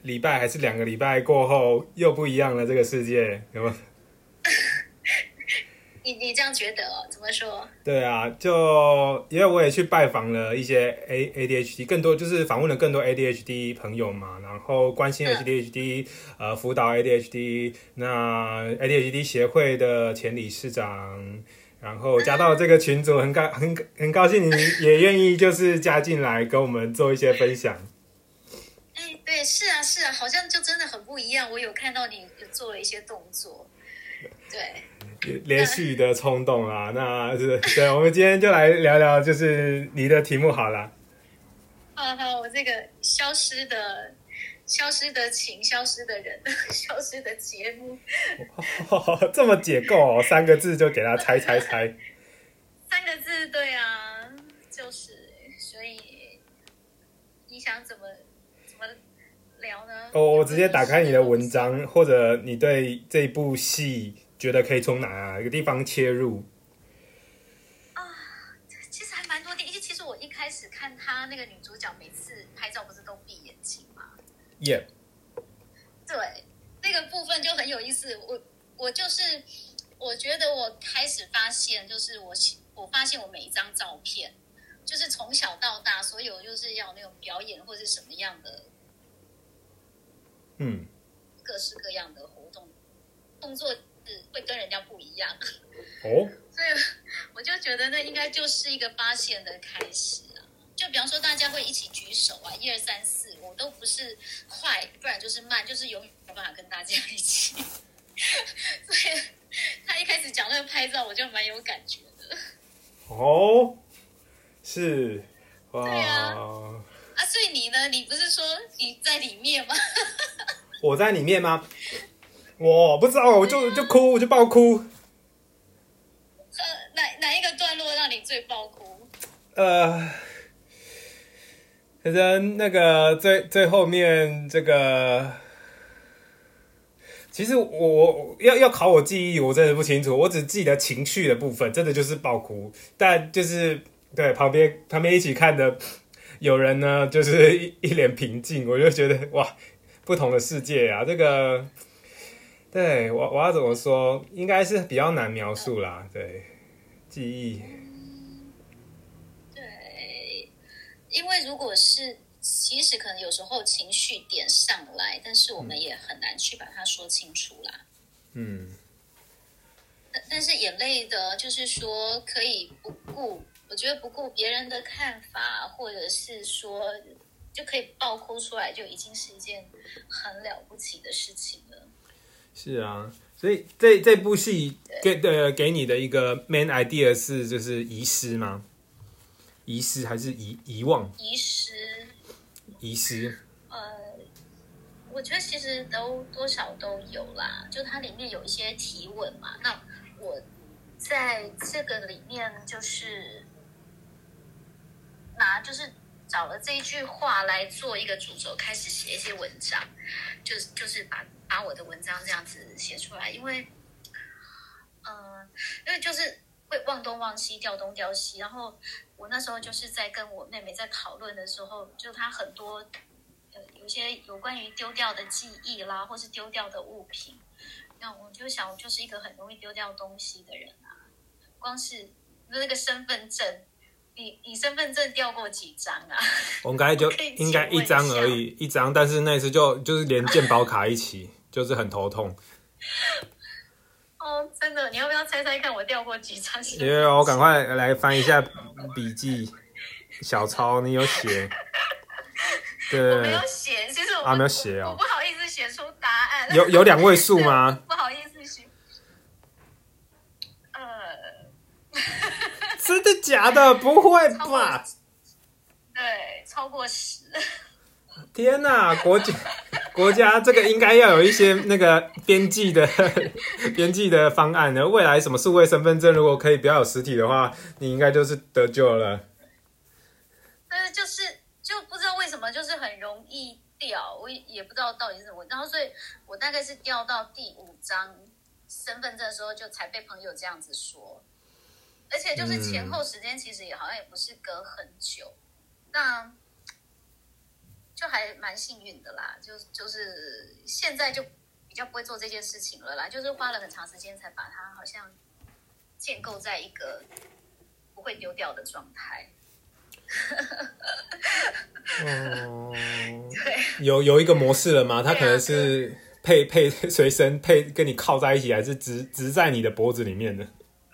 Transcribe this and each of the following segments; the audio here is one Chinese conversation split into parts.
礼拜还是2个礼拜过后又不一样了，这个世界有没有？ 你这样觉得哦？怎么说？ 对啊，就因为我也去拜访了一些 ADHD，更多就是访问了更多 ADHD 朋友嘛，然后关心 ADHD，辅导 ADHD，那 ADHD 协会的前理事长，然后加到这个群组，很高兴你也愿意就是加进来跟我们做一些分享。 哎，对，是啊，是啊，好像就真的很不一样。我有看到你有做了一些动作，对。 连续的冲动啦，那是对，我们今天就来聊聊，就是你的题目好了。 好，我这个消失的情，消失的人，消失的节目， 这么解构哦，3个字就给他猜。 3个字，对啊，就是，所以你想怎么聊呢？ 我直接打开你的文章，或者你对这一部戏觉得可以从哪个地方切入？ 其实还蛮多其实我一开始看她那个女主角，每次拍照不是都闭眼睛吗？ 耶、 对，那个部分就很有意思。我就是，我觉得我开始发现，就是我发现我每一张照片，就是从小到大，所有就是要那种表演或是什么样的，各式各样的活动，动作会跟人家不一样。 哦， 所以我就觉得那应该就是一个发现的开始啊。就比方说，大家会一起举手啊，1、2、3、4，我都不是快，不然就是慢，就是永远没有办法跟大家一起。所以他一开始讲那个拍照，我就蛮有感觉的。 哦，是，哇， 对啊，所以你呢？你不是说你在里面吗？ 我在里面吗？我不知道，我就哭，我就爆哭。 哪一个段落让你最爆哭？ 可能那个最后面这个，其实我要考我记忆，我真的不清楚，我只记得情绪的部分，真的就是爆哭。但就是对旁边一起看的有人呢，就是一脸平静，我就觉得哇，不同的世界啊，这个对我要怎么说，应该是比较难描述啦，对记忆。 对，因为如果是其实可能有时候情绪点上来，但是我们也很难去把它说清楚啦。但是眼泪的，就是说可以不顾，我觉得不顾别人的看法，或者是说就可以爆哭出来，就已经是一件很了不起的事情了。 是啊，所以这部戏给你的一个 main idea 是就是遗失吗？遗失还是遗忘？ 遗失， 遗失。 我觉得其实都多少都有啦，就它里面有一些提问嘛。那我在这个里面就是就是找了这一句话来做一个主轴，开始写一些文章，就是把我的文章这样子写出来，因为就是会忘东忘西，调东调西。然后我那时候就是在跟我妹妹在讨论的时候，就她很多有些有关于丢掉的记忆啦，或是丢掉的物品。那我就想，我就是一个很容易丢掉东西的人啊。光是那个身份证，你身份证掉过几张啊？ 我应该就应该1张而已，1张，但是那次就是连健保卡一起，就是很头痛。 哦，真的，你要不要猜猜看我掉过几张？ 因为我赶快来翻一下笔记小抄，你有写？对， 我没有写，其实我没有写哦， 我不好意思写出答案。 有2位数吗？ 不好意思写。 真的假的？不会吧？ 对，超过10。 天哪，国家这个应该要有一些那个边际的方案的。未来什么数位身份证如果可以不要有实体的话，你应该就是得救了。 但是就不知道为什么就是很容易掉，我也不知道到底是什么。然后所以我大概是掉到第5张身份证的时候，就才被朋友这样子说。而且就是前后时间其实也好像也不是隔很久。那就还蛮幸运的啦，就是现在就比较不会做这件事情了啦，就是花了很长时间才把它好像建构在一个不会丢掉的状态。 对，有一个模式了吗？它可能是配随身配跟你靠在一起，还是直在你的脖子里面的？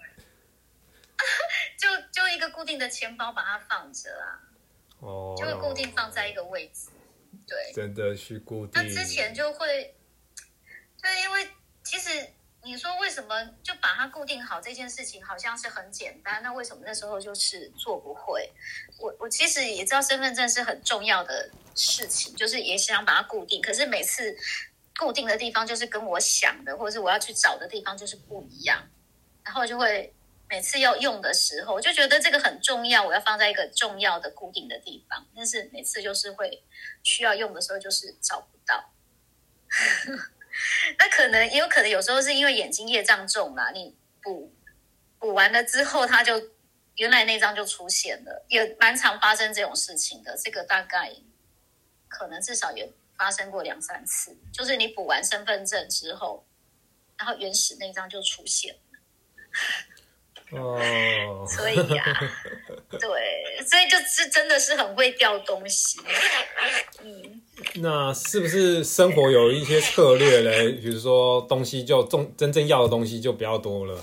就一个固定的钱包把它放着啊，就会固定放在一个位置。对， 真的去固定。 那之前就会，对，因为其实你说为什么就把它固定好这件事情好像是很简单，那为什么那时候就是做不会？我其实也知道身份证是很重要的事情，就是也想把它固定，可是每次固定的地方就是跟我想的或者是我要去找的地方就是不一样，然后就会每次要用的时候我就觉得这个很重要，我要放在一个重要的固定的地方，但是每次就是会需要用的时候就是找不到。那也有可能有时候是因为眼睛业障重啦，你补完了之后它就原来那张就出现了，也蛮常发生这种事情的，这个大概可能至少也发生过2-3次，就是你补完身份证之后然后原始那张就出现了。所以对，所以就是真的是很会掉东西。 那是不是生活有一些策略嘞？比如说东西就真正要的东西就比较多了。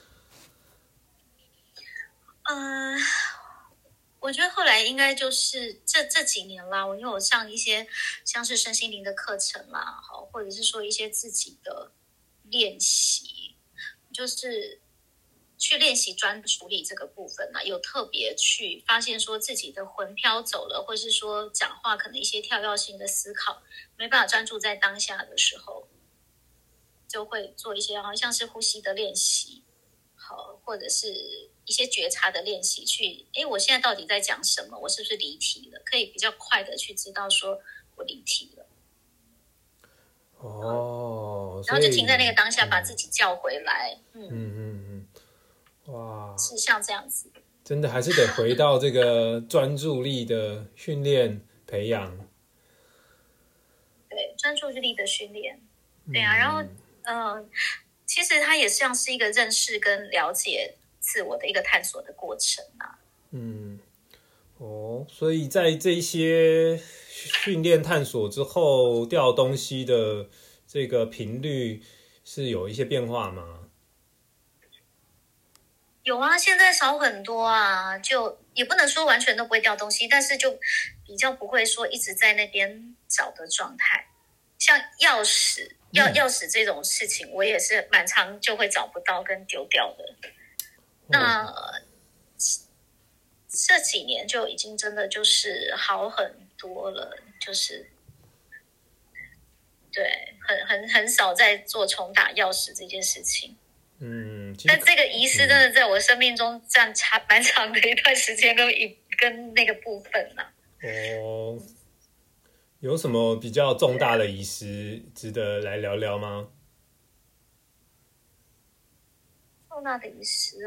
我觉得后来应该就是这几年啦，我有上一些像是身心灵的课程啦，或者是说一些自己的练习，就是去练习专注力这个部分啦，有特别去发现说自己的魂飘走了，或是说讲话可能一些跳跃性的思考没办法专注在当下的时候，就会做一些好像是呼吸的练习，或者是一些觉察的练习，去我现在到底在讲什么，我是不是离题了，可以比较快的去知道说我离题了。然后就停在那个当下，把自己叫回来。 哇， 是像这样子， 真的还是得回到这个专注力的训练培养。 对，专注力的训练，对啊，然后其实它也像是一个认识跟了解自我的一个探索的过程啊。 所以在这些训练探索之后，掉东西的这个频率是有一些变化吗？ 有啊，现在少很多啊，就也不能说完全都不会掉东西，但是就比较不会说一直在那边找的状态。像钥匙这种事情，我也是蛮常就会找不到跟丢掉的。那这几年就已经真的就是好很多了，就是对，很少在做重打钥匙这件事情。但这个仪式真的在我生命中占蛮长的一段时间跟那个部分啊。 有什么比较重大的仪式值得来聊聊吗？ 重大的仪式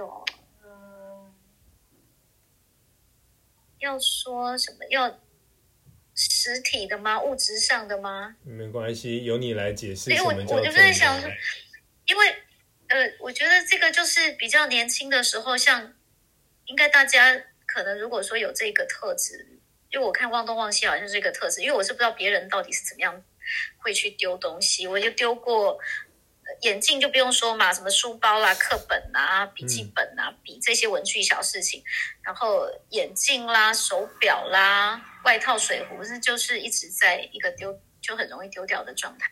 要说什么？要实体的吗？物质上的吗？ 没关系，由你来解释什么叫重大。 我就在想说，因为我觉得这个就是比较年轻的时候，像应该大家可能如果说有这个特质，因为我看忘东忘西好像是一个特质，因为我是不知道别人到底是怎么样会去丢东西，我就丢过眼镜就不用说嘛，什么书包啦、课本啊、笔记本啊、笔这些文具小事情，然后眼镜啦、手表啦、外套、水壶，就是一直在一个就很容易丢掉的状态。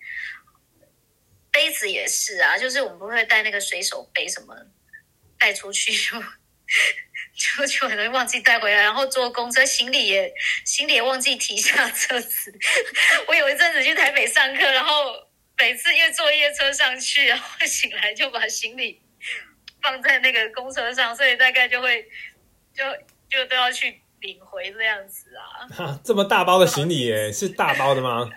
杯子也是啊，就是我们不会带那个随手杯什么带出去就很容易忘记带回来，然后坐公车行李也忘记提下车子。我有一阵子去台北上课，然后每次因为坐夜车上去，然后醒来就把行李放在那个公车上，所以大概就会就都要去领回这样子啊。 这么大包的行李耶，是大包的吗？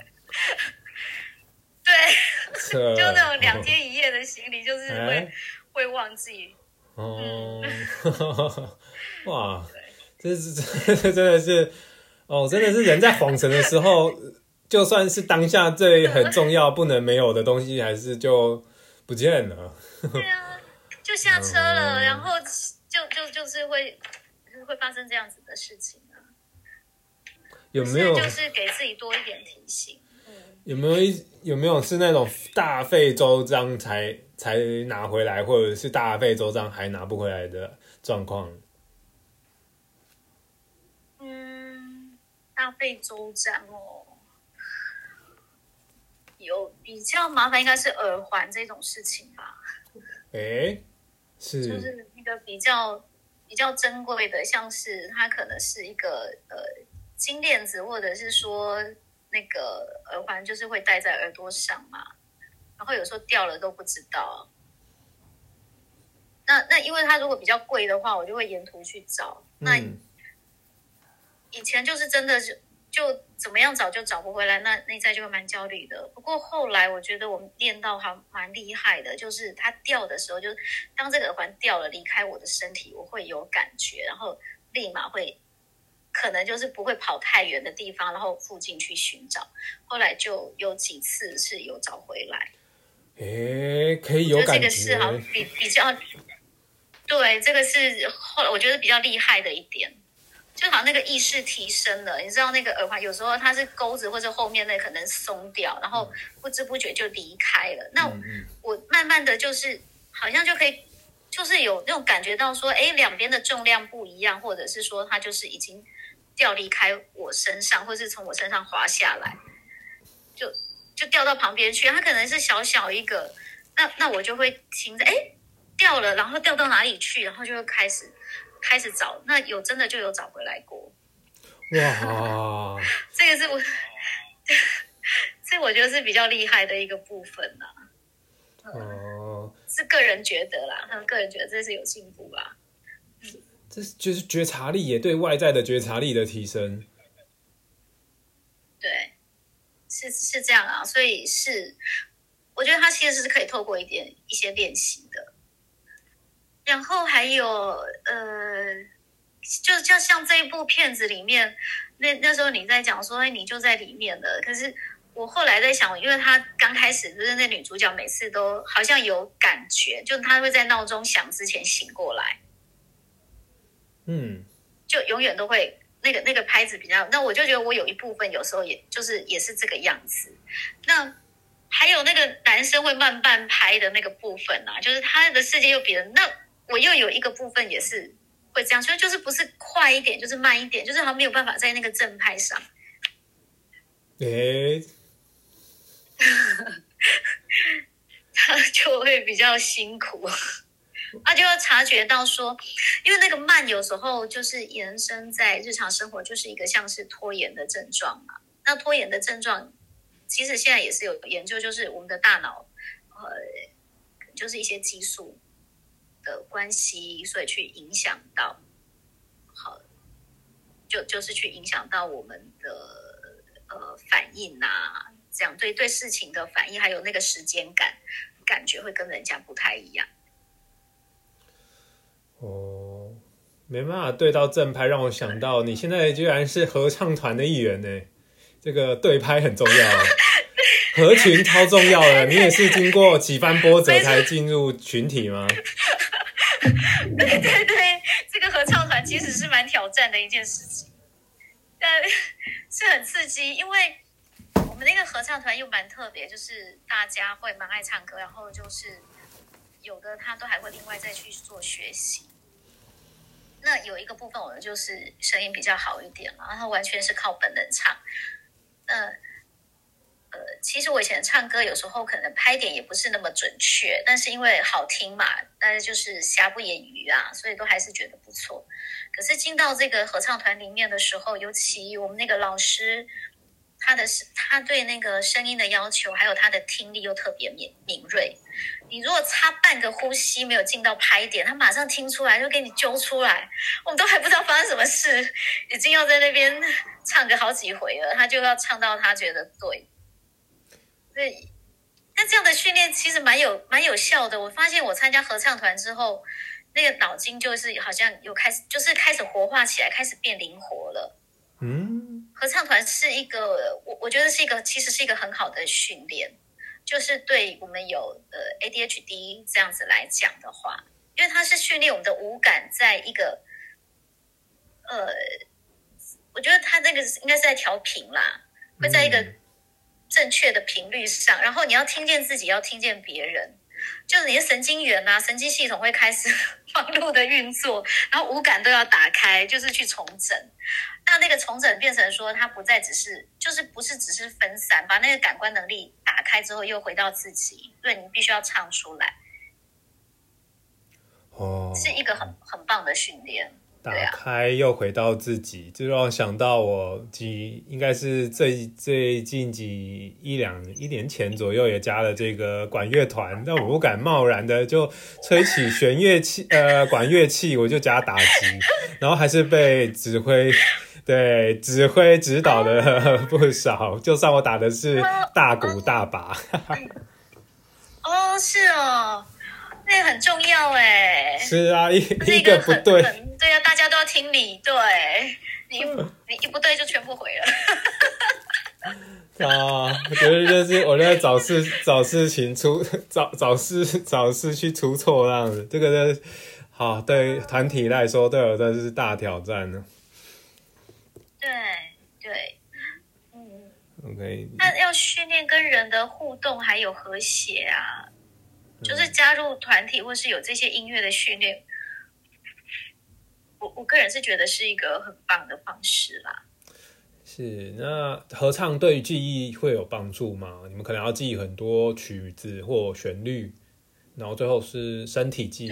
对，就那种2天1夜的行李，就是会忘记。哇， 这真的是哦，真的是人在晃神的时候，就算是当下最很重要不能没有的东西，还是就不见了。 对啊，就下车了，然后就是会发生这样子的事情啊。 有没有就是给自己多一点提醒？ 有没有是那种大费周章才拿回来，或者是大费周章还拿不回来的状况？ 大费周章哦，有比较麻烦应该是耳环这种事情吧。 是就是那个比较珍贵的，像是它可能是一个金链子，或者是说那个耳环，就是会戴在耳朵上嘛，然后有时候掉了都不知道。那因为它如果比较贵的话，我就会沿途去找。那以前就是真的是就怎么样找就找不回来，那内在就会蛮焦虑的。不过后来我觉得我们练到还蛮厉害的，就是它掉的时候，就是当这个耳环掉了离开我的身体，我会有感觉，然后立马会可能就是不会跑太远的地方，然后附近去寻找。后来就有几次是有找回来。 可以有感觉。 这个是好像比较对，这个是后来我觉得比较厉害的一点。就好像那个意识提升了，你知道那个耳环有时候它是钩子或者后面那可能松掉，然后不知不觉就离开了。那我慢慢的就是好像就可以，就是有那种感觉到说，两边的重量不一样，或者是说它就是已经掉离开我身上，或是从我身上滑下来，就掉到旁边去。它可能是小小一个，那我就会停着，掉了，然后掉到哪里去，然后就会开始找，那真的就有找回来过。 哇， 这个是这我觉得是比较厉害的一个部分啦。是个人觉得啦，他们个人觉得这是有进步啦。 这就是觉察力也对外在的觉察力的提升。 对，是这样啊，所以我觉得它其实是可以透过一些练习的。然后还有就像这一部片子里面，那时候你在讲说，你就在里面了。可是我后来在想，因为他刚开始就是那女主角每次都好像有感觉，就她会在闹钟响之前醒过来，就永远都会那个拍子比较。那我就觉得我有一部分有时候也是这个样子。那还有那个男生会慢半拍的那个部分啊，就是他的世界又别人那。我又有一个部分也是会这样，所以就是不是快一点，就是慢一点，就是好像没有办法在那个正拍上。他就会比较辛苦，他就要察觉到说，因为那个慢有时候就是延伸在日常生活，就是一个像是拖延的症状嘛。那拖延的症状，其实现在也是有研究，就是我们的大脑，就是一些激素的关系，所以去影响到，就是去影响到我们的反应啊，这样对事情的反应，还有那个时间感觉会跟人家不太一样。 没办法对到正拍，让我想到你现在居然是合唱团的一员呢，这个对拍很重要。合群超重要的，你也是经过几番波折才进入群体吗？ 对，这个合唱团其实是蛮挑战的一件事情，但是很刺激，因为我们那个合唱团又蛮特别，就是大家会蛮爱唱歌，然后就是有的他都还会另外再去做学习。那有一个部分我们就是声音比较好一点，然后完全是靠本能唱。其实我以前唱歌有时候可能拍点也不是那么准确，但是因为好听嘛，但是就是瑕不掩瑜啊，所以都还是觉得不错。可是进到这个合唱团里面的时候，尤其我们那个老师，他对那个声音的要求，还有他的听力又特别敏锐。你如果差半个呼吸没有进到拍点，他马上听出来，就给你揪出来。我们都还不知道发生什么事，已经要在那边唱个好几回了，他就要唱到他觉得对。对，那这样的训练其实蛮有效的。我发现我参加合唱团之后，那个脑筋就是好像有开始活化起来，开始变灵活了。 合唱团是一个，我觉得是一个，其实是一个很好的训练，就是对我们有ADHD 这样子来讲的话，因为它是训练我们的五感在一个我觉得它那个应该是在调频啦，会在一个正确的频率上，然后你要听见自己，要听见别人，就是你的神经元啊、神经系统会开始忙碌的运作，然后五感都要打开，就是去重整。那个重整变成说，它不再只是，就是不是只是分散，把那个感官能力打开之后，又回到自己，对，你必须要唱出来，是一个很棒的训练。 打开又回到自己，就让我想到我应该是最近一年前左右也加了这个管乐团，但我不敢贸然的就吹起弦乐器管乐器，我就加打击，然后还是被指挥指导的不少，就算我打的是大鼓大拔。 是哦，那个很重要哎。 是啊，一个不对， 对啊，大家都要听你，对，你一不对就全部毁了。 我觉得就是我在找事情找事去出错这样子，这个好对团体来说对我真的是大挑战呢。 对 ，OK， 那要训练跟人的互动还有和谐啊，就是加入团体或是有这些音乐的训练，我个人是觉得是一个很棒的方式啦。 是，那合唱对记忆会有帮助吗？你们可能要记很多曲子或旋律，然后最后是身体记忆。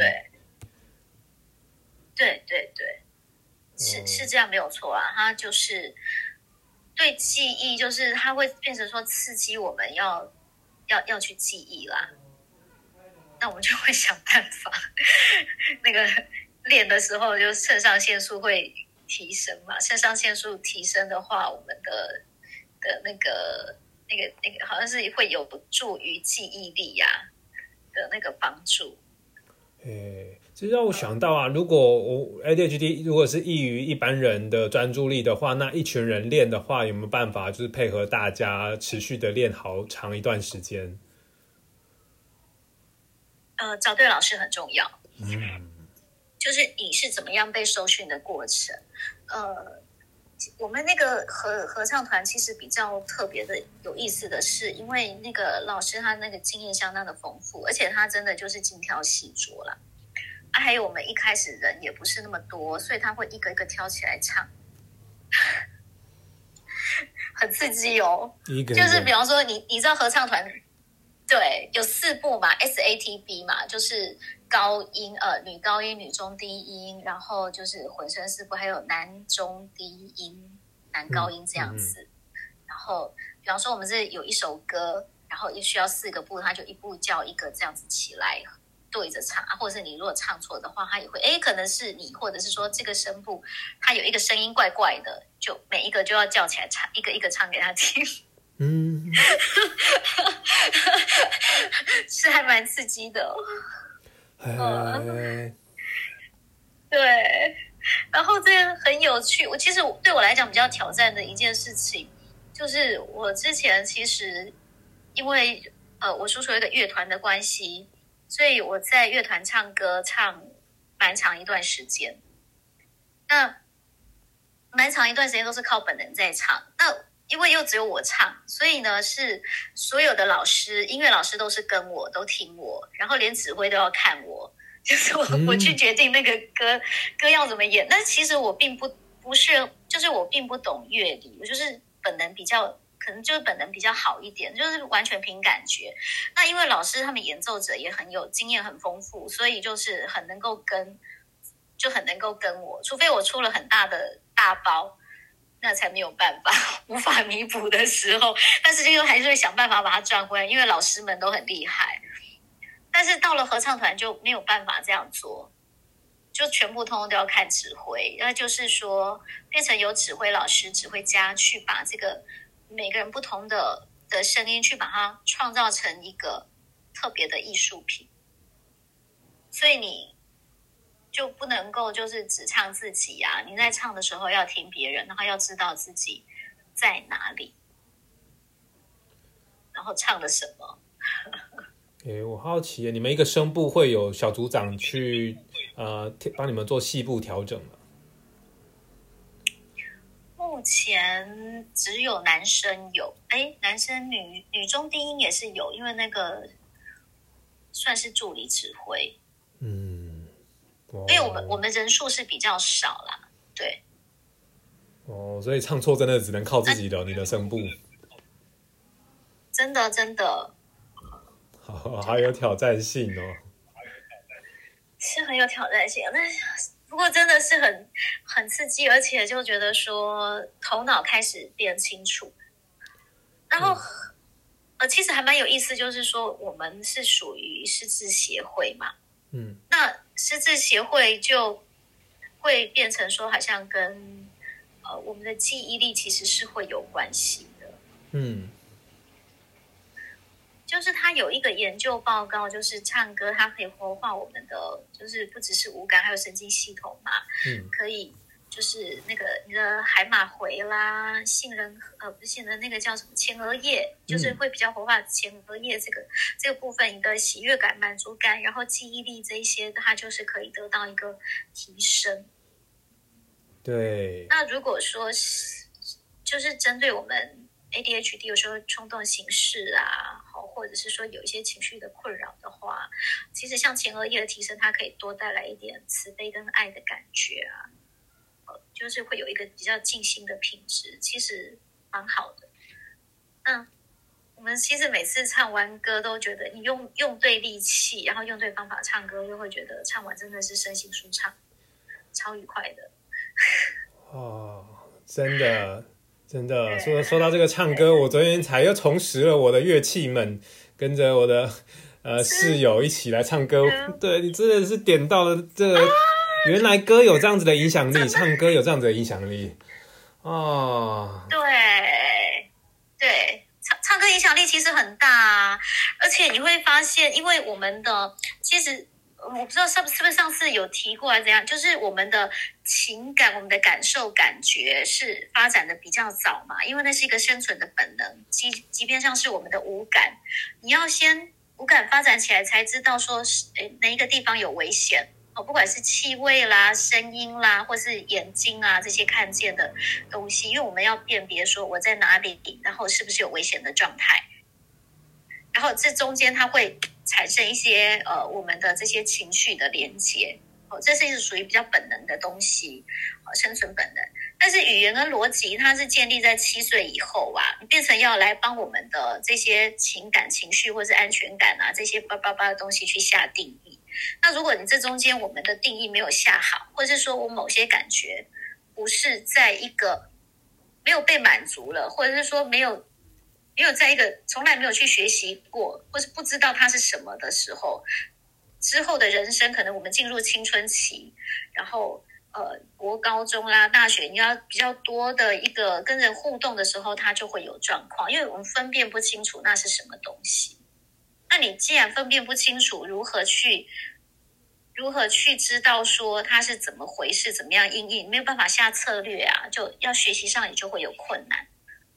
对，是这样没有错啊。它就是对记忆，就是它会变成说刺激我们要去记忆啦。那我们就会想办法，那个练的时候就肾上腺素会提升嘛，肾上腺素提升的话，我们的那个好像是会有助于记忆力的那个帮助。 这让我想到啊，如果我 ADHD 如果是异于一般人的专注力的话，那一群人练的话，有没有办法就是配合大家持续的练好长一段时间？ 找对老师很重要。就是你是怎么样被受训的过程。我们那个合唱团其实比较特别的有意思的是，因为那个老师他那个经验相当的丰富，而且他真的就是精挑细琢啦。还有我们一开始人也不是那么多，所以他会一个一个挑起来唱，很刺激哦。就是比方说你知道合唱团对有4部嘛 ，SATB 嘛，就是高音女高音、女中低音，然后就是混声4部，还有男中低音、男高音这样子。然后比方说我们这有一首歌，然后也需要4个部，他就一部叫一个这样子起来对着唱，或者是你如果唱错的话，他也会可能是你，或者是说这个声部他有一个声音怪怪的，就每一个就要叫起来唱，一个一个唱给他听。是还蛮刺激的。对，然后这个很有趣。其实对我来讲比较挑战的一件事情，就是我之前其实因为我叔叔有一个乐团的关系，所以我在乐团唱歌唱蛮长一段时间。那蛮长一段时间都是靠本能在唱。那因为又只有我唱，所以呢是所有的老师音乐老师都是跟我都听我，然后连指挥都要看我，就是我去决定那个歌要怎么演。但是其实我并不是，就是我并不懂乐理，我就是本能比较可能就是本能比较好一点，就是完全凭感觉。那因为老师他们演奏者也很有经验很丰富，所以就是很能够跟我，除非我出了很大的大包，那才没有办法无法弥补的时候，但是就还是会想办法把它赚回来，因为老师们都很厉害。但是到了合唱团就没有办法这样做，就全部通通都要看指挥，那就是说变成由指挥老师指挥家去把这个每个人不同的声音去把它创造成一个特别的艺术品。所以你就不能够就是只唱自己啊，你在唱的时候要听别人，然后要知道自己在哪里，然后唱了什么。 我好奇，你们一个声部会有小组长去帮你们做细部调整吗？ 目前只有男生有，男生女中低音也是有，因为那个算是助理指挥。因为我们人数是比较少啦，对。 所以唱错真的只能靠自己的，你的声部。 真的。 好有挑战性哦。 是很有挑战性，但不过真的是很刺激，而且就觉得说头脑开始变清楚。然后其实还蛮有意思，就是说我们是属于失智协会嘛，那失智协会就会变成说好像跟我们的记忆力其实是会有关系的。就是他有一个研究报告，就是唱歌它可以活化我们的，就是不只是五感，还有神经系统嘛。可以就是那个你的海马回啦，不是杏仁，那个叫什么前额叶，就是会比较活化前额叶这个部分，你的喜悦感、满足感，然后记忆力这一些，它就是可以得到一个提升。 对。 那如果说就是针对我们 ADHD 有时候冲动行事啊，或者是说有一些情绪的困扰的话，其实像前额叶的提升，它可以多带来一点慈悲跟爱的感觉啊，就是会有一个比较静心的品质，其实蛮好的。我们其实每次唱完歌都觉得，你用对力气，然后用对方法唱歌，就会觉得唱完真的是身心舒畅，超愉快的。 真的，说到这个唱歌，我昨天才又重拾了我的乐器们，跟着我的室友一起来唱歌。对，你真的是点到了这个，原来歌有这样子的影响力，唱歌有这样子的影响力。 对，唱歌影响力其实很大啊，而且你会发现，因为我们的其实。我不知道是不是上次有提过还是怎样，就是我们的情感、我们的感受、感觉是发展的比较早嘛，因为那是一个生存的本能。即便像是我们的五感，你要先五感发展起来，才知道说哪一个地方有危险不管是气味啦、声音啦，或是眼睛啊这些看见的东西，因为我们要辨别说我在哪里，然后是不是有危险的状态。然后这中间它会产生一些我们的这些情绪的连接这是属于比较本能的东西生存本能。但是语言跟逻辑它是建立在7岁以后啊，你变成要来帮我们的这些情感、情绪或是安全感啊这些叭叭叭的东西去下定义。那如果你这中间我们的定义没有下好，或者是说我某些感觉不是在一个没有被满足了，或者是说没有在一个从来没有去学习过，或是不知道它是什么的时候，之后的人生可能我们进入青春期，然后国高中啦、大学，你要比较多的一个跟人互动的时候，它就会有状况，因为我们分辨不清楚那是什么东西。那你既然分辨不清楚，如何去知道说它是怎么回事，怎么样因应，没有办法下策略啊，就要学习上也就会有困难。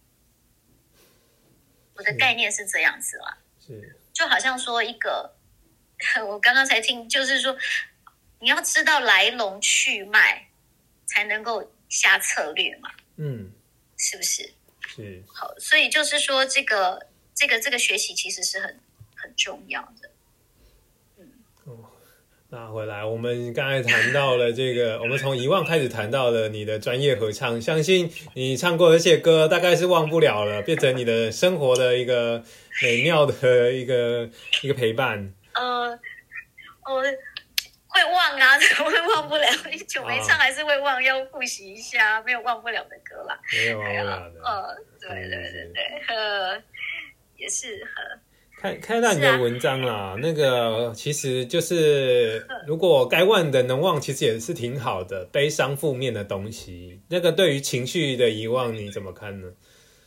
我的概念是这样子啦，就好像说一个，我刚刚才听，就是说你要知道来龙去脉，才能够下策略嘛，是不是？ 是。 好，所以就是说这个学习其实是很重要的。 那回来，我们刚才谈到了这个，我们从遗忘开始谈到了你的专业合唱，相信你唱过的这些歌大概是忘不了了，变成你的生活的一个美妙的一个陪伴。 我会忘啊，怎么会忘不了？久没唱还是会忘，要复习一下，没有忘不了的歌啦。 没有忘不了的。 对，也是看到你的文章啦，那个其实就是如果该忘的能忘，其实也是挺好的。悲伤负面的东西，那个对于情绪的遗忘，你怎么看呢？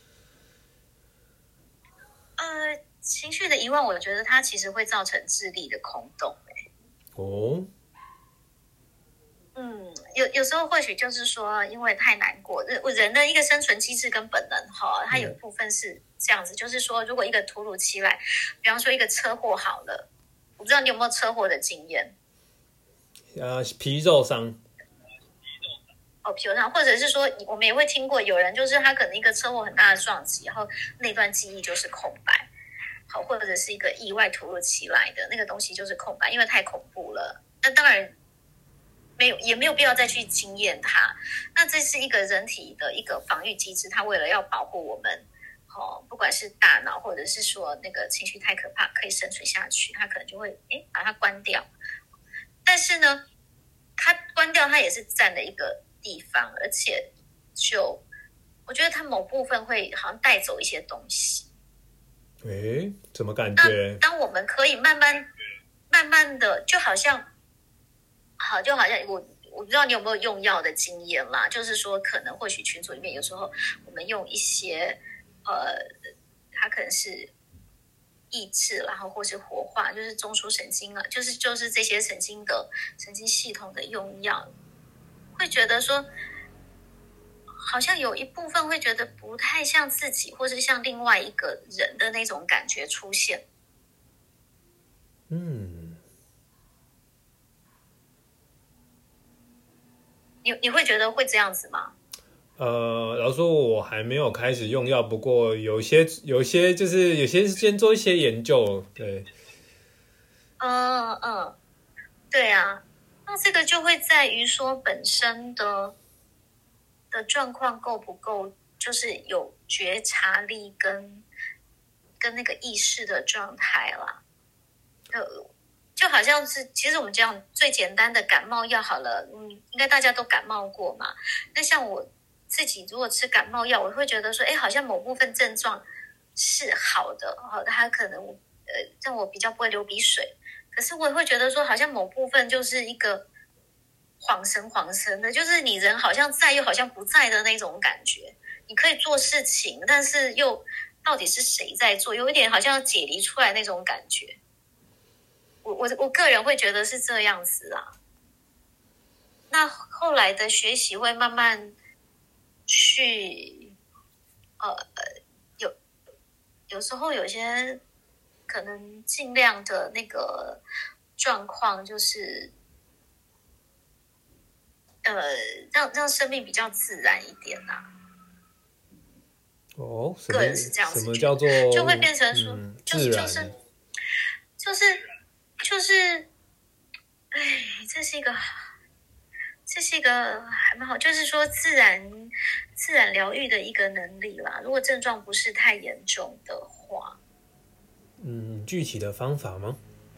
情绪的遗忘，我觉得它其实会造成智力的空洞。 有时候或许就是说，因为太难过，人的一个生存机制跟本能哈，它有一部分是这样子，就是说，如果一个突如其来，比方说一个车祸好了，我不知道你有没有车祸的经验。 皮肉伤。 皮肉伤，或者是说，我们也会听过有人就是他可能一个车祸很大的撞击，然后那段记忆就是空白，好，或者是一个意外突如其来的那个东西就是空白，因为太恐怖了。那当然也没有必要再去经验它。那这是一个人体的一个防御机制，它为了要保护我们，不管是大脑或者是说那个情绪太可怕可以生存下去，它可能就会把它关掉。但是呢，它关掉它也是占了一个地方，而且我觉得它某部分会好像带走一些东西。 怎么感觉？ 当我们可以慢慢的，就好像我不知道你有没有用药的经验啦，就是说可能或许群组里面有时候我们用一些它可能是抑制，然后或是活化，就是中枢神经啊，就是这些神经系统的用药，会觉得说好像有一部分会觉得不太像自己，或是像另外一个人的那种感觉出现。你会觉得会这样子吗？ 老实说我还没有开始用药，不过有些就是有些先做一些研究，对。 对啊，那这个就会在于说本身的状况够不够，就是有觉察力跟那个意识的状态啦。就好像是，其实我们讲最简单的感冒药好了，应该大家都感冒过嘛。那像我自己如果吃感冒药，我会觉得说，好像某部分症状是好的，它可能让我比较不会流鼻水。可是我也会觉得说，好像某部分就是一个恍神的，就是你人好像在又好像不在的那种感觉。你可以做事情，但是又到底是谁在做，有一点好像要解离出来那种感觉。我个人会觉得是这样子啊。那后来的学习会慢慢去有时候有些可能尽量的那个状况就是让生命比较自然一点啊。个人是这样子， 什么叫做就会变成说自然？ 就是这是一个还蛮好，就是说自然疗愈的一个能力啦。如果症状不是太严重的话， 具体的方法吗？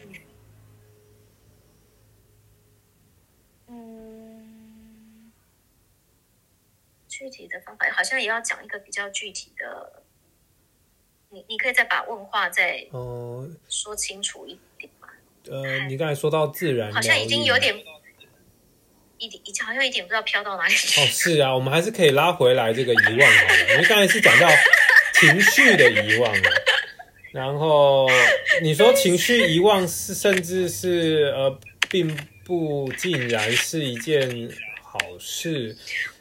具体的方法好像也要讲一个比较具体的。你可以再把问话再说清楚一点吗？ 你刚才说到自然疗愈， 好像已经有点好像一点不知道飘到哪里去。 是啊，我们还是可以拉回来这个遗忘好了，因为刚才是讲到情绪的遗忘了，然后你说情绪遗忘是甚至是并不尽然是一件好事。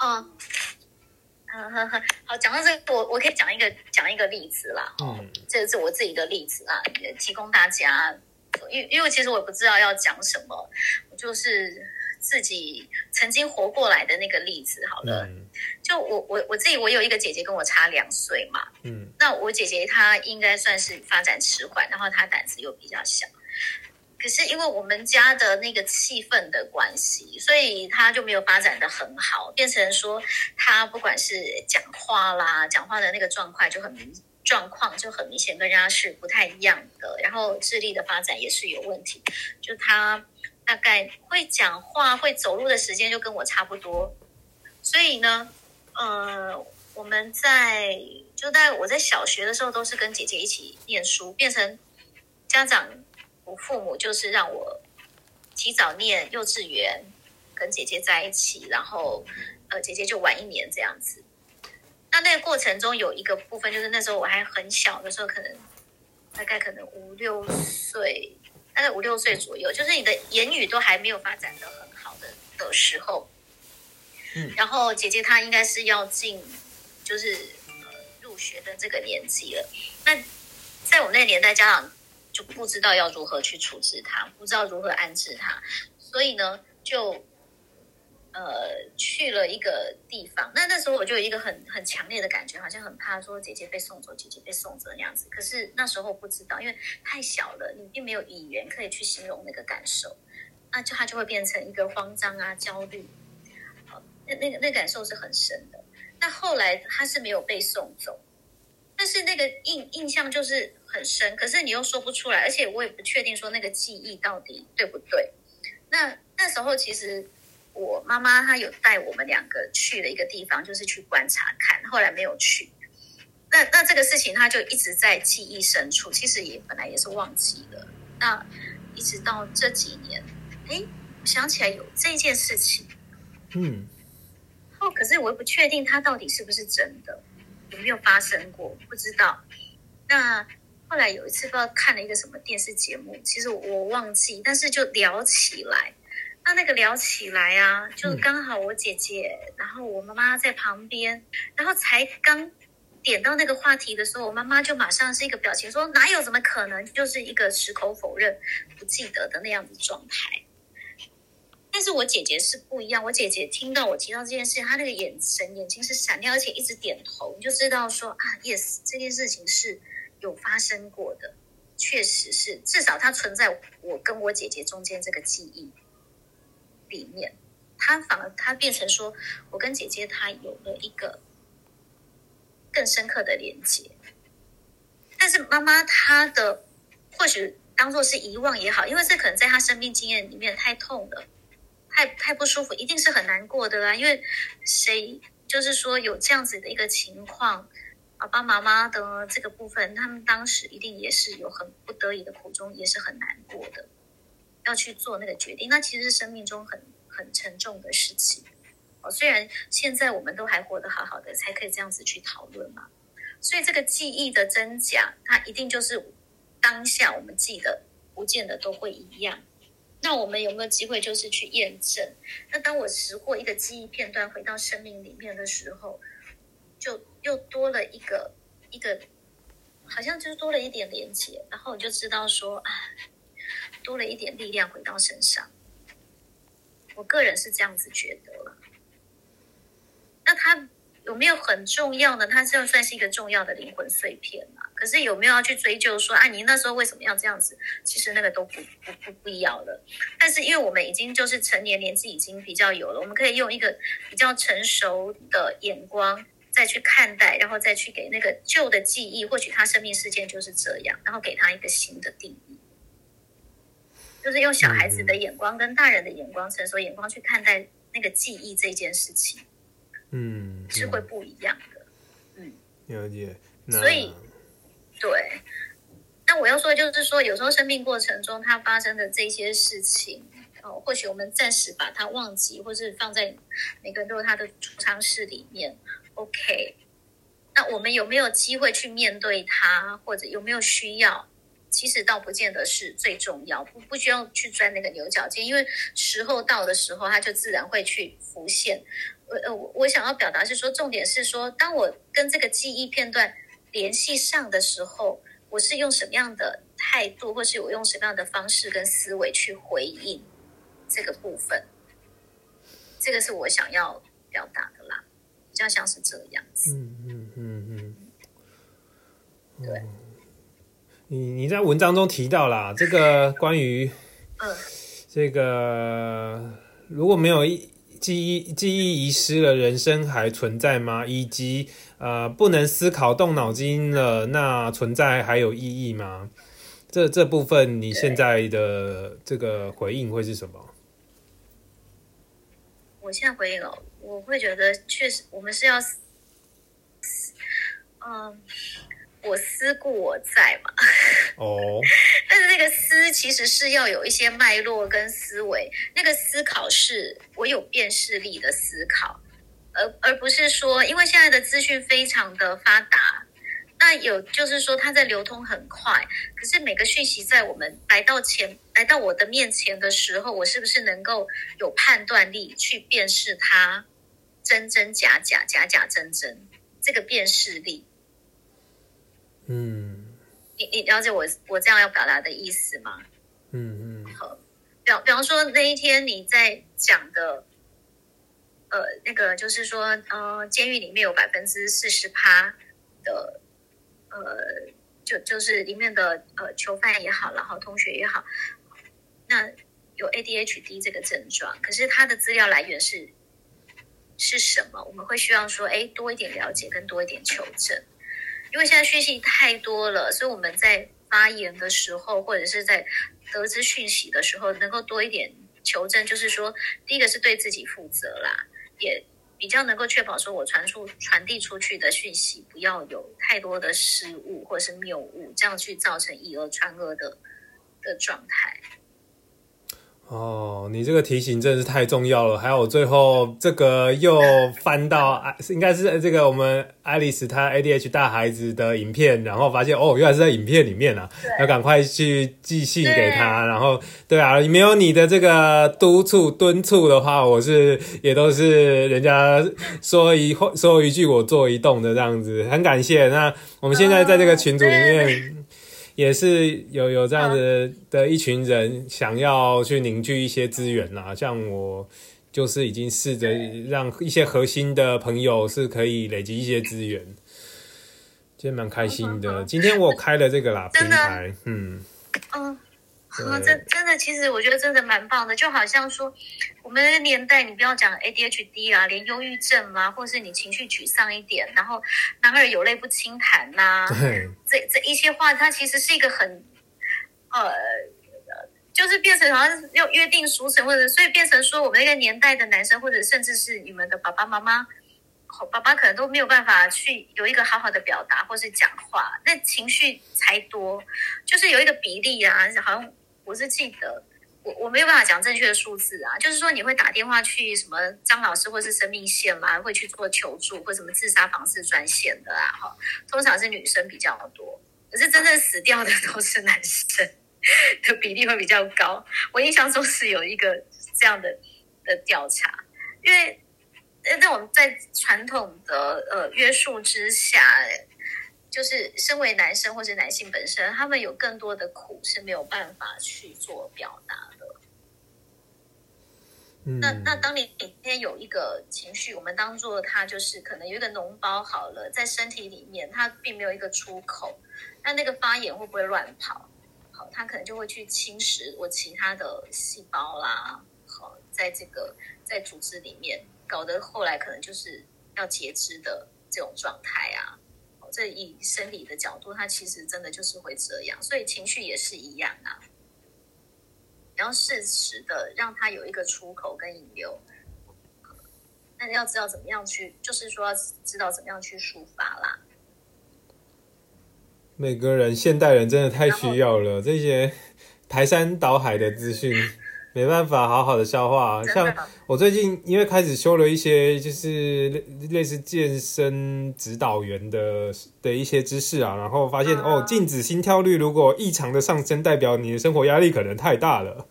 好，讲到这个，我可以讲一个例子啦。这是我自己的例子啦，也提供大家。因为其实我也不知道要讲什么，我就是自己曾经活过来的那个例子好了。就我自己，我有一个姐姐跟我差2岁嘛。那我姐姐她应该算是发展迟缓，然后她胆子又比较小。可是因为我们家的那个气氛的关系，所以他就没有发展得很好，变成说他不管是讲话的那个状况就很明显跟人家是不太一样的，然后智力的发展也是有问题，就他大概会讲话会走路的时间就跟我差不多。所以呢我们大概我在小学的时候都是跟姐姐一起念书，变成家长我父母就是让我提早念幼稚园，跟姐姐在一起，然后姐姐就晚1年这样子。那个过程中有一个部分，就是那时候我还很小的时候，大概5、6岁，大概5、6岁左右，就是你的言语都还没有发展得很好的时候， 然后姐姐她应该是要进就是入学的这个年纪了。那在我那个年代，家长就不知道要如何去处置他，不知道如何安置他，所以呢就去了一个地方。那时候我就有一个很强烈的感觉，好像很怕说姐姐被送走，姐姐被送走那样子。可是那时候不知道，因为太小了，你并没有语言可以去形容那个感受，它就会变成一个慌张啊、焦虑，那感受是很深的。那后来他是没有被送走，但是那个印象就是很深，可是你又说不出来，而且我也不确定说那个记忆到底对不对。那时候其实我妈妈她有带我们2个去了一个地方，就是去观察看，后来没有去。那这个事情她就一直在记忆深处，其实本来也是忘记了。那一直到这几年，我想起来有这件事情。可是我又不确定它到底是不是真的，有没有发生过，不知道。那后来有一次不知道看了一个什么电视节目，其实我忘记，但是就聊起来。那个聊起来啊，就是刚好我姐姐，然后我妈妈在旁边，然后才刚点到那个话题的时候，我妈妈就马上是一个表情说哪有，怎么可能，就是一个矢口否认不记得的那样子状态。但是我姐姐是不一样，我姐姐听到我提到这件事，她那个眼睛是闪亮，而且一直点头，你就知道说yes， 这件事情是有发生过的，确实是，至少它存在我跟我姐姐中间这个记忆里面。它变成说我跟姐姐她有了一个更深刻的连接。但是妈妈她的或许当作是遗忘也好，因为这可能在她生命经验里面太痛了，太不舒服，一定是很难过的啦。因为谁就是说有这样子的一个情况，爸爸妈妈的这个部分，他们当时一定也是有很不得已的苦衷，也是很难过的，要去做那个决定。那其实是生命中很沉重的事情。虽然现在我们都还活得好好的，才可以这样子去讨论嘛。所以这个记忆的真假，它一定就是当下我们记得，不见得都会一样。那我们有没有机会就是去验证？那当我拾获一个记忆片段回到生命里面的时候，就又多了一个，好像就是多了一点连结，然后我就知道说多了一点力量回到身上。我个人是这样子觉得了。那它有没有很重要呢？它就算是一个重要的灵魂碎片嘛。可是有没有要去追究说你那时候为什么要这样子？其实那个都不必要了。但是因为我们已经就是成年年纪已经比较有了，我们可以用一个比较成熟的眼光再去看待，然后再去给那个旧的记忆，或许他生命事件就是这样，然后给他一个新的定义。就是用小孩子的眼光跟大人的眼光、成熟眼光去看待那个记忆这件事情，是会不一样的。 了解。 所以对，那我要说的就是说，有时候生命过程中它发生的这些事情，或许我们暂时把它忘记，或是放在每个人都有他的储藏室里面。OK， 那我们有没有机会去面对它，或者有没有需要？其实倒不见得是最重要，不需要去钻那个牛角尖，因为时候到的时候，它就自然会去浮现。我想要表达是说，重点是说，当我跟这个记忆片段联系上的时候，我是用什么样的态度，或是我用什么样的方式跟思维去回应这个部分，这个是我想要表达的啦，比较像是这样子。对。 你在文章中提到啦，这个关于这个如果没有记忆遗失了，人生还存在吗？以及不能思考动脑筋了，那存在还有意义吗？这部分你现在的这个回应会是什么？ 我现在回应我会觉得确实我们是要我思故我在嘛。但是那个思其实是要有一些脉络跟思维，那个思考是我有辨识力的思考，而不是说因为现在的资讯非常的发达，那有就是说它在流通很快，可是每个讯息在我们来到我的面前的时候，我是不是能够有判断力去辨识它， 真真假假，假假真真，这个辨识力。你了解我这样要表达的意思吗？好，比方说那一天你在讲的，那个就是说，监狱里面有40%的，就是里面的囚犯也好，然后同学也好，那有 ADHD 这个症状，可是它的资料来源是什么？我们会需要说，多一点了解跟多一点求证。因为现在讯息太多了，所以我们在发言的时候，或者是在得知讯息的时候，能够多一点求证，就是说，第一个是对自己负责啦，也比较能够确保说我传递出去的讯息不要有太多的失误或是谬误，这样去造成以讹传讹的状态。 你这个提醒真的是太重要了。还有最后这个又翻到应该是这个我们爱丽丝她 ADH 大孩子的影片，然后发现原来是在影片里面啊，要赶快去寄信给他。然后对啊，没有你的这个督促敦促的话，我是也都是人家说一句我做一动的这样子，很感谢。那我们现在在这个群组里面。也是有这样子的一群人想要去凝聚一些资源啦，像我就是已经试着让一些核心的朋友是可以累积一些资源，今天蛮开心的。今天我开了这个啦平台， 真的，其实我觉得真的蛮棒的，就好像说我们的年代，你不要讲 ADHD 啊，连忧郁症啦，或是你情绪沮丧一点，然后男儿有泪不轻弹呐，这一些话，它其实是一个很就是变成好像要约定俗成，或者所以变成说我们那个年代的男生，或者甚至是你们的爸爸妈妈。爸爸可能都没有办法去有一个好好的表达或是讲话，那情绪才多，就是有一个比例啊，好像我是记得我没有办法讲正确的数字啊，就是说你会打电话去什么张老师或是生命线啦，会去做求助或什么自杀防治专线的啊，通常是女生比较多，可是真正死掉的都是男生的比例会比较高。我印象中是有一个这样的调查，因为那我们在传统的约束之下，就是身为男生或者男性本身，他们有更多的苦是没有办法去做表达的。那当你今天有一个情绪，我们当做它就是可能有一个脓包好了，在身体里面它并没有一个出口，那个发炎会不会乱跑？好，它可能就会去侵蚀我其他的细胞啦，好，在组织里面。搞得后来可能就是要截肢的这种状态啊，这以生理的角度，它其实真的就是会这样，所以情绪也是一样啊。然后适时的让它有一个出口跟引流，那你要知道怎么样去，就是说要知道怎么样去抒发啦。 每个人现代人真的太需要了这些排山倒海的资讯。没办法好好的消化，像我最近因为开始修了一些就是类似健身指导员的一些知识啊，然后发现静止心跳率如果异常的上升，代表你的生活压力可能太大了。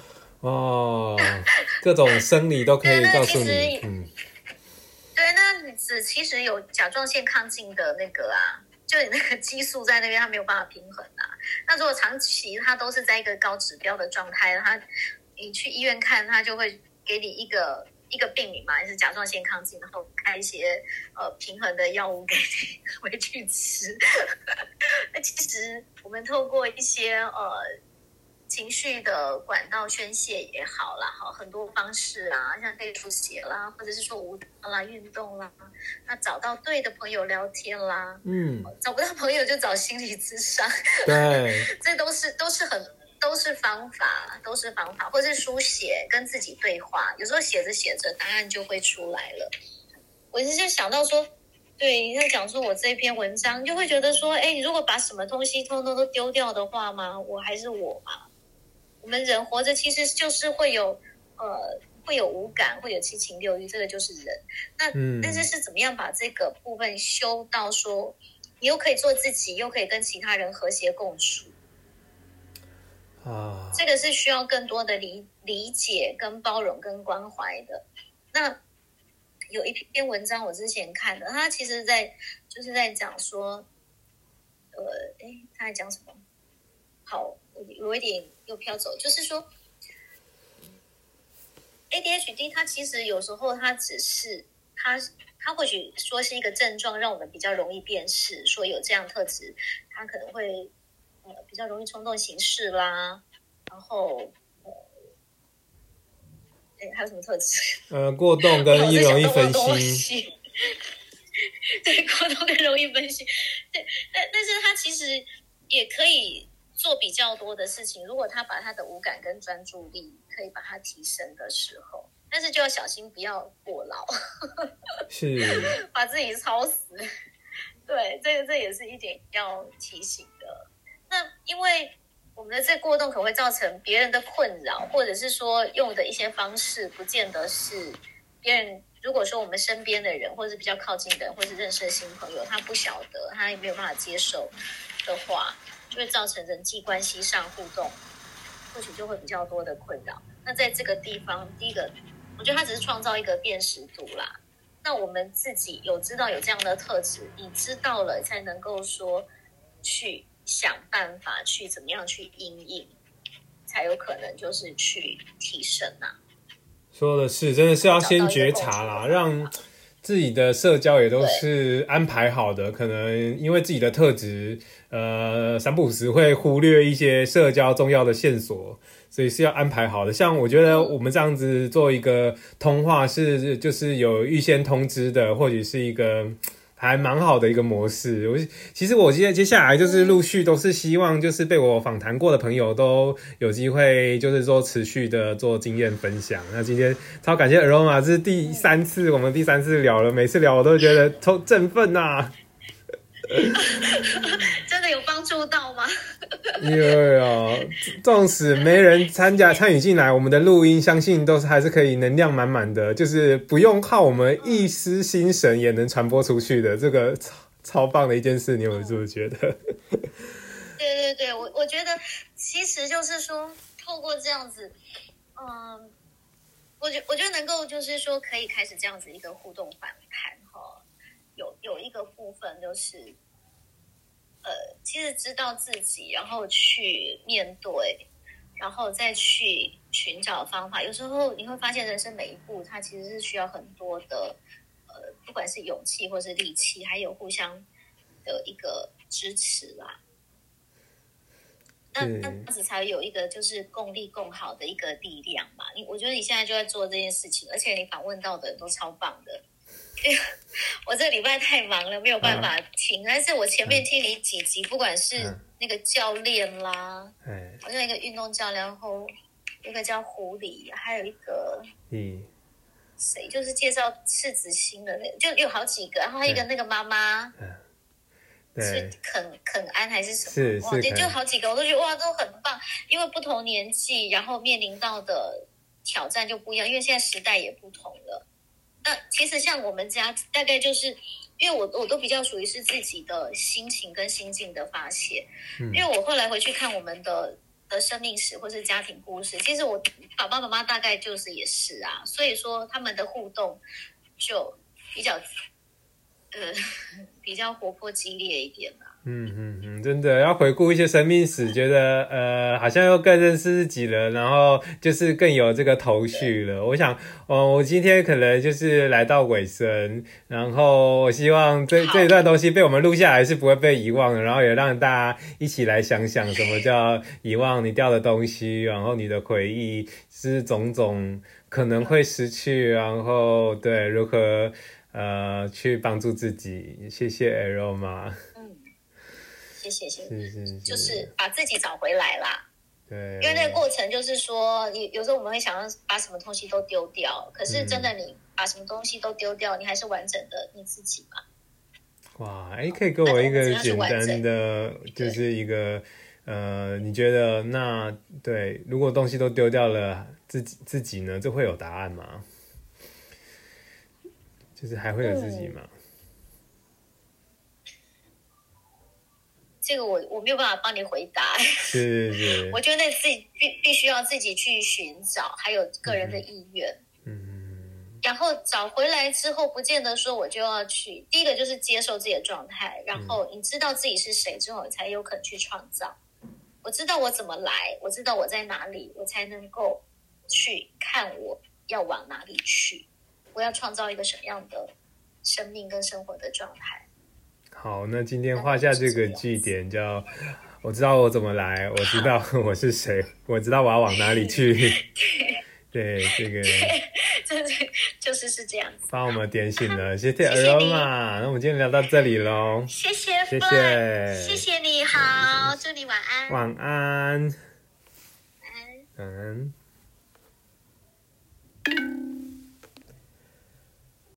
各种生理都可以告诉你。 对，那其实有甲状腺亢进的那个啊，就你那个激素在那边它没有办法平衡啊。那如果长期它都是在一个高指标的状态，你去医院看，他就会给你一个病名嘛，也是甲状腺亢进，然后开一些平衡的药物给你回去吃。那其实我们透过一些情绪的管道宣泄也好啦，很多方式啊，像可以书写啦，或者是说舞蹈啦、运动啦，那找到对的朋友聊天啦，找不到朋友就找心理咨商， 对， 这都是方法，或是书写跟自己对话，有时候写着写着答案就会出来了。我就想到说，对，你在讲说我这篇文章，就会觉得说，你如果把什么东西通通都丢掉的话吗？我还是我嘛？我们人活着其实就是会有五感，会有七情六欲，这个就是人。但是怎么样把这个部分修到说，你又可以做自己，又可以跟其他人和谐共处。这个是需要更多的理解跟包容跟关怀的。那有一篇文章我之前看的，他其实就是在讲说，他在讲什么？好，有一点又飘走，就是说 ADHD 它其实有时候它只是它或许说是一个症状，让我们比较容易辨识，说有这样特质，它可能会比较容易冲动行事啦，然后还有什么特质？ 过动跟易容易分心。 对，过动跟容易分心。对，但是他其实也可以做比较多的事情。如果他把他的五感跟专注力可以把它提升的时候，但是就要小心不要过劳， 是把自己操死。对，这也是一点要提醒的。那因为我们的这过动可能会造成别人的困扰，或者是说用的一些方式不见得是别人，如果说我们身边的人或者是比较靠近的人或是认识的新朋友他不晓得，他也没有办法接受的话，就会造成人际关系上互动或许就会比较多的困扰。那在这个地方，第一个我觉得他只是创造一个辨识度啦，那我们自己知道有这样的特质，你知道了才能够说去想办法去怎么样去因应，才有可能就是去提升啊。 说的是，真的是要先觉察啦，让自己的社交也都是安排好的。可能因为自己的特质，三不五时会忽略一些社交重要的线索，所以是要安排好的。像我觉得我们这样子做一个通话就是有预先通知的，或许是一个还蛮好的一个模式。其实我接下来就是陆续都是希望就是被我访谈过的朋友都有机会就是说持续的做经验分享。那今天超感谢 Aroma， 这是我们第三次聊了，每次聊我都觉得超振奋啊。 真的有帮助到吗？ 纵使没人参与进来，我们的录音相信都是还是可以能量满满的，就是不用靠我们一丝心神也能传播出去的，这个超棒的一件事，你有没有这么觉得？ 对，我觉得其实就是说透过这样子，我觉得能够就是说可以开始这样子一个互动访谈哈，有一个部分就是其实知道自己，然后去面对，然后再去寻找方法。有时候你会发现人生每一步它其实是需要很多的不管是勇气或是力气，还有互相的一个支持啦。那样子才有一个就是共利共好的一个力量嘛。我觉得你现在就在做这件事情，而且你访问到的人都超棒的。我这礼拜太忙了，没有办法听，但是我前面听你几集，不管是那个教练啦，好像一个运动教练，然后一个叫狐狸，还有一个谁，就是介绍赤子心的那个，就有好几个，然后还有一个那个妈妈。是肯安还是什么？哇，就好几个，我都觉得哇，都很棒。因为不同年纪，然后面临到的挑战就不一样，因为现在时代也不同了。那其实像我们家，大概就是因为我都比较属于是自己的心情跟心境的发泄。因为我后来回去看我们的生命史或是家庭故事，其实我爸爸妈妈大概就是也是啊，所以说他们的互动就比较活泼激烈一点啦。 真的要回顾一些生命史，觉得好像又更认识自己了，然后就是更有这个头绪了。我想我今天可能就是来到尾声，然后我希望这一段东西被我们录下来是不会被遗忘的，然后也让大家一起来想想什么叫遗忘你掉的东西，然后你的回忆是种种可能会失去，然后对如何去帮助自己。谢谢 Aroma。 谢谢，就是把自己找回来啦。 对， 因为那个过程就是说，有时候我们会想要把什么东西都丢掉，可是真的你把什么东西都丢掉，你还是完整的你自己嘛。 哇，可以给我一个简单的，就是一个你觉得那对，如果东西都丢掉了，自己呢，这会有答案吗？就是还会有自己吗？ 这个我没有办法帮你回答。 是我觉得必须要自己去寻找，还有个人的意愿。 然后找回来之后，不见得说我就要去。第一个就是接受自己的状态，然后你知道自己是谁之后，你才有可能去创造。我知道我怎么来，我知道我在哪里，我才能够去看我要往哪里去，我要创造一个什么样的生命跟生活的状态。 好，那今天画下这个句点，叫我知道我怎么来，我知道我是谁，我知道我要往哪里去。对，这个就是这样子， 帮我们点醒了，谢謝 Aroma。那我们今天聊到这里咯， 谢谢谢谢你，好，祝你晚安， 晚安， 晚安。 晚安。